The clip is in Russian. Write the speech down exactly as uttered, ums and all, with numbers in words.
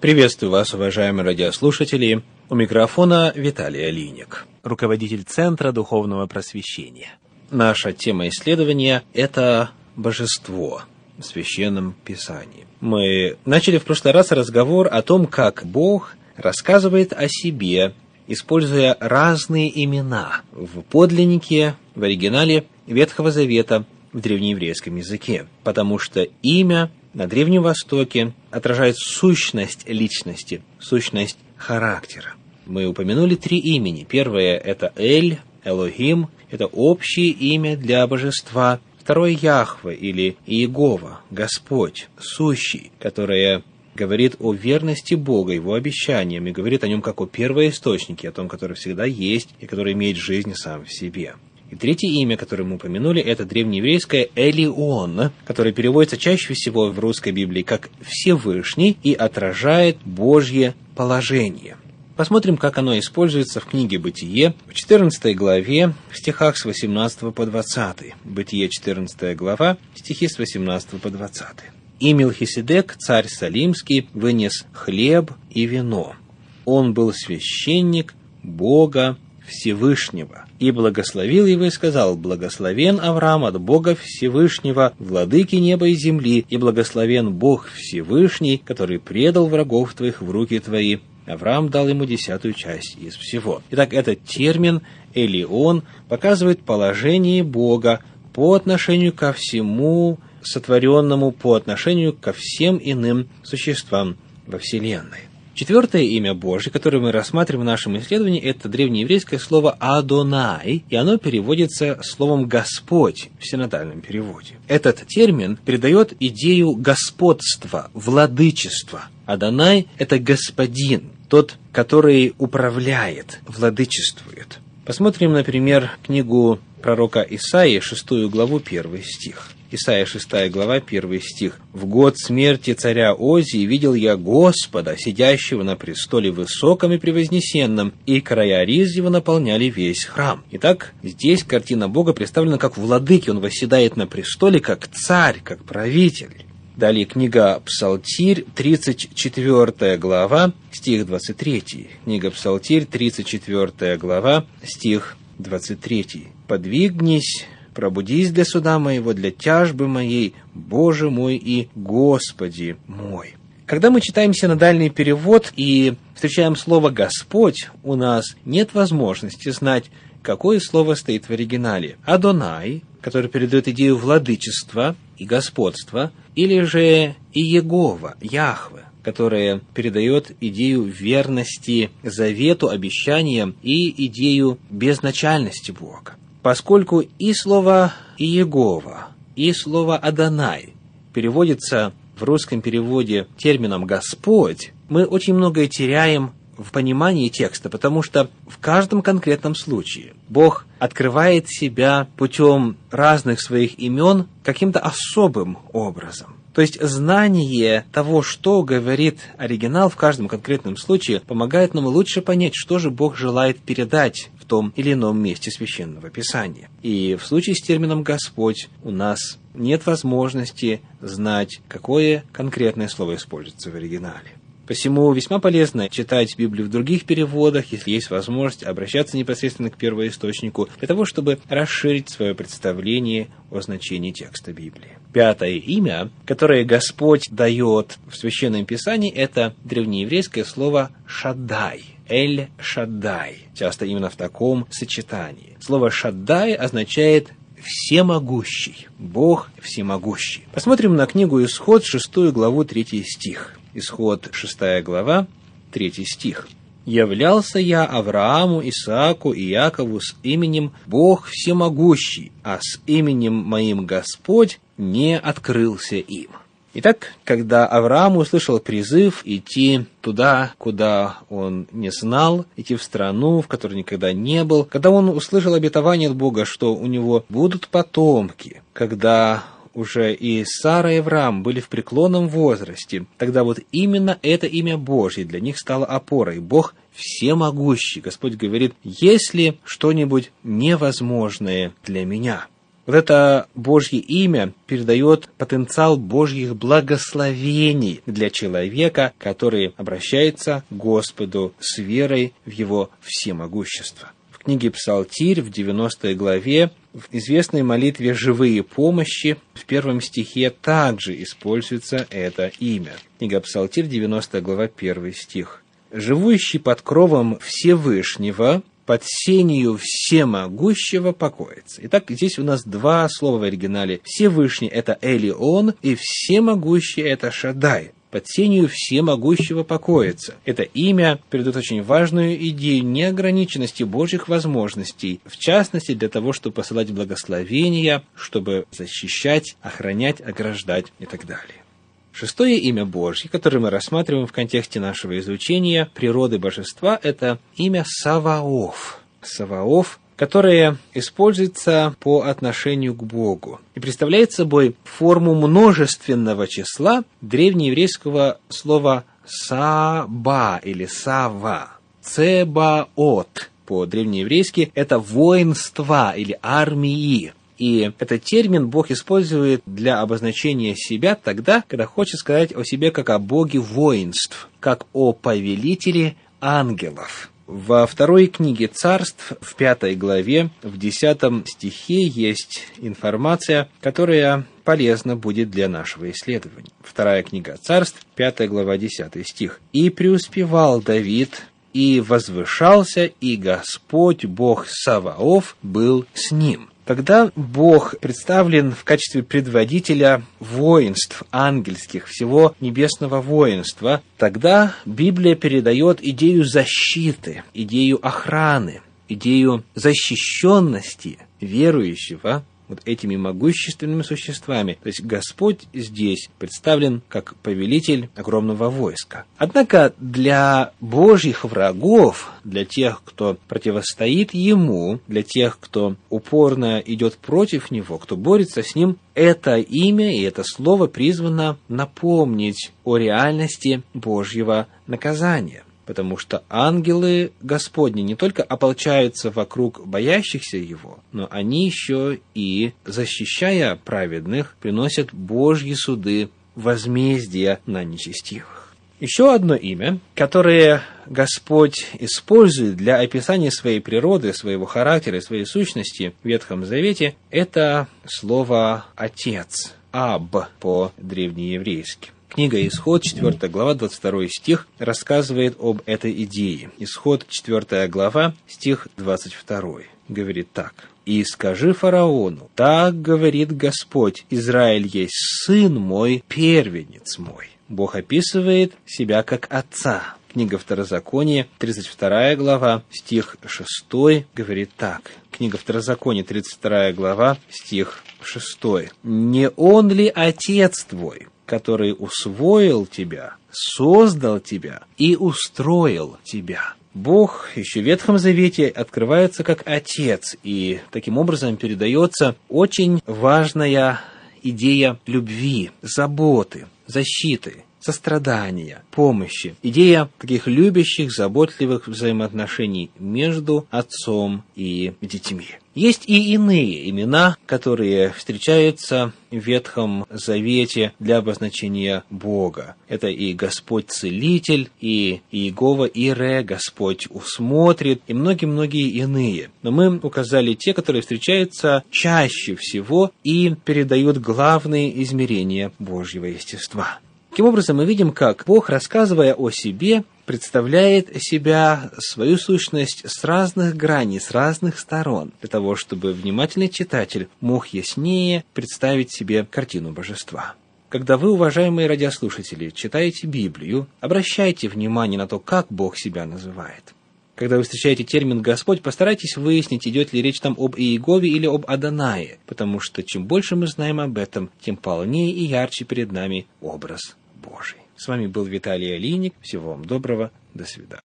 Приветствую вас, уважаемые радиослушатели. У микрофона Виталий Алиник, руководитель Центра Духовного Просвещения. Наша тема исследования – это божество в Священном Писании. Мы начали в прошлый раз разговор о том, как Бог рассказывает о себе, используя разные имена в подлиннике, в оригинале Ветхого Завета, в древнееврейском языке, потому что имя на Древнем Востоке отражает сущность личности, сущность характера. Мы упомянули три имени. Первое – это Эль, Элохим, это общее имя для божества. Второе – Яхве или Иегова, Господь, сущий, которое говорит о верности Бога, Его обещаниям, и говорит о Нем как о первоисточнике, о том, который всегда есть и который имеет жизнь сам в себе. И третье имя, которое мы упомянули, это древнееврейское Элион, которое переводится чаще всего в русской Библии как «Всевышний» и отражает Божье положение. Посмотрим, как оно используется в книге «Бытие» в четырнадцатой главе, в стихах с восемнадцатого по двадцатый. Бытие, четырнадцатая глава, стихи с восемнадцатого по двадцатый. «И Мелхиседек, царь Салимский, вынес хлеб и вино. Он был священник Бога Всевышнего. И благословил его и сказал: благословен Авраам от Бога Всевышнего, владыки неба и земли, и благословен Бог Всевышний, который предал врагов твоих в руки твои. Авраам дал ему десятую часть из всего». Итак, этот термин «Элион» показывает положение Бога по отношению ко всему сотворенному, по отношению ко всем иным существам во Вселенной. Четвертое имя Божье, которое мы рассматриваем в нашем исследовании, это древнееврейское слово «Адонай», и оно переводится словом «Господь» в синодальном переводе. Этот термин передает идею господства, владычества. Адонай – это господин, тот, который управляет, владычествует. Посмотрим, например, книгу пророка Исаии, шестую главу, первый стих. Исайя, шестая глава, первый стих. «В год смерти царя Озии видел я Господа, сидящего на престоле высоком и превознесенном, и края риз его наполняли весь храм». Итак, здесь картина Бога представлена как владыки, Он восседает на престоле как царь, как правитель. Далее книга Псалтирь, тридцать четвёртая глава, стих двадцать третий. Книга Псалтирь, тридцать четвёртая глава, стих двадцать третий. «Подвигнись, пробудись для суда моего, для тяжбы моей, Боже мой и Господи мой». Когда мы читаем синодальный перевод и встречаем слово «Господь», у нас нет возможности знать, какое слово стоит в оригинале. «Адонай», который передает идею владычества и господства, или же Иегова, Яхве, которая передает идею верности завету, обещаниям и идею безначальности Бога. Поскольку и слово «Иегова», и слово «Адонай» переводится в русском переводе термином «Господь», мы очень многое теряем в понимании текста, потому что в каждом конкретном случае Бог открывает себя путем разных своих имен каким-то особым образом. То есть знание того, что говорит оригинал в каждом конкретном случае, помогает нам лучше понять, что же Бог желает передать в том или ином месте Священного Писания. И в случае с термином «Господь» у нас нет возможности знать, какое конкретное слово используется в оригинале. Посему весьма полезно читать Библию в других переводах, если есть возможность обращаться непосредственно к первоисточнику, для того, чтобы расширить свое представление о значении текста Библии. Пятое имя, которое Господь дает в Священном Писании, это древнееврейское слово «Шаддай». Эль-Шаддай. Часто именно в таком сочетании. Слово «Шаддай» означает «всемогущий», Бог всемогущий. Посмотрим на книгу Исход, шестую главу, третий стих. Исход, шестая глава, третий стих. «Являлся я Аврааму, Исааку и Якову с именем Бог всемогущий, а с именем моим Господь не открылся им». Итак, когда Авраам услышал призыв идти туда, куда он не знал, идти в страну, в которой никогда не был, когда он услышал обетование от Бога, что у него будут потомки, когда уже и Сара, и Авраам были в преклонном возрасте, тогда вот именно это имя Божье для них стало опорой. Бог всемогущий. Господь говорит: «Есть ли что-нибудь невозможное для меня?» Вот это Божье имя передает потенциал Божьих благословений для человека, который обращается к Господу с верой в Его всемогущество. В книге «Псалтирь» в девяностой главе в известной молитве «Живые помощи» в первом стихе также используется это имя. Книга «Псалтирь», девяностая глава, первый стих. «Живущий под кровом Всевышнего, под сенью всемогущего покоится». Итак, здесь у нас два слова в оригинале. Всевышний – это Элион, и всемогущий – это Шаддай. Под сенью всемогущего покоится. Это имя передает очень важную идею неограниченности Божьих возможностей, в частности, для того, чтобы посылать благословения, чтобы защищать, охранять, ограждать и так далее. Шестое имя Божье, которое мы рассматриваем в контексте нашего изучения природы божества, это имя Саваоф. Саваоф, которое используется по отношению к Богу и представляет собой форму множественного числа древнееврейского слова «саба» или «сава». «Цебаот» по-древнееврейски – это воинства или армии. И этот термин Бог использует для обозначения себя тогда, когда хочет сказать о себе как о Боге воинств, как о повелителе ангелов. Во второй книге Царств, в пятой главе, в десятом стихе есть информация, которая полезна будет для нашего исследования. Вторая книга Царств, пятая глава, десятый стих. «И преуспевал Давид, и возвышался, и Господь, Бог Саваоф, был с ним». Когда Бог представлен в качестве предводителя воинств ангельских, всего небесного воинства, тогда Библия передает идею защиты, идею охраны, идею защищенности верующего вот этими могущественными существами. То есть Господь здесь представлен как повелитель огромного войска. Однако для Божьих врагов, для тех, кто противостоит Ему, для тех, кто упорно идет против Него, кто борется с Ним, это имя и это слово призвано напомнить о реальности Божьего наказания. Потому что ангелы Господни не только ополчаются вокруг боящихся Его, но они еще и, защищая праведных, приносят Божьи суды, возмездия на нечестивых. Еще одно имя, которое Господь использует для описания своей природы, своего характера и своей сущности в Ветхом Завете, это слово «Отец», «Аб» по-древнееврейски. Книга «Исход», четвёртая глава, двадцать второй стих, рассказывает об этой идее. Исход, четвёртая глава, стих двадцать второй, говорит так. «И скажи фараону, так говорит Господь, Израиль есть сын мой, первенец мой». Бог описывает себя как отца. Книга Второзакония, тридцать вторая глава, стих шестой, говорит так. Книга Второзакония, тридцать вторая глава, стих шестой. «Не он ли отец твой, который усвоил тебя, создал тебя и устроил тебя?» Бог еще в Ветхом Завете открывается как Отец, и таким образом передается очень важная идея любви, заботы, защиты, сострадания, помощи. Идея таких любящих, заботливых взаимоотношений между отцом и детьми. Есть и иные имена, которые встречаются в Ветхом Завете для обозначения Бога. Это и Господь Целитель, и Иегова Ире, Господь Усмотрит, и многие-многие иные. Но мы указали те, которые встречаются чаще всего и передают главные измерения Божьего естества. Таким образом, мы видим, как Бог, рассказывая о себе, представляет себя, свою сущность с разных граней, с разных сторон, для того, чтобы внимательный читатель мог яснее представить себе картину божества. Когда вы, уважаемые радиослушатели, читаете Библию, обращайте внимание на то, как Бог себя называет. Когда вы встречаете термин «Господь», постарайтесь выяснить, идет ли речь там об Иегове или об Адонае, потому что чем больше мы знаем об этом, тем полнее и ярче перед нами образ Божий. С вами был Виталий Алиник. Всего вам доброго. До свидания.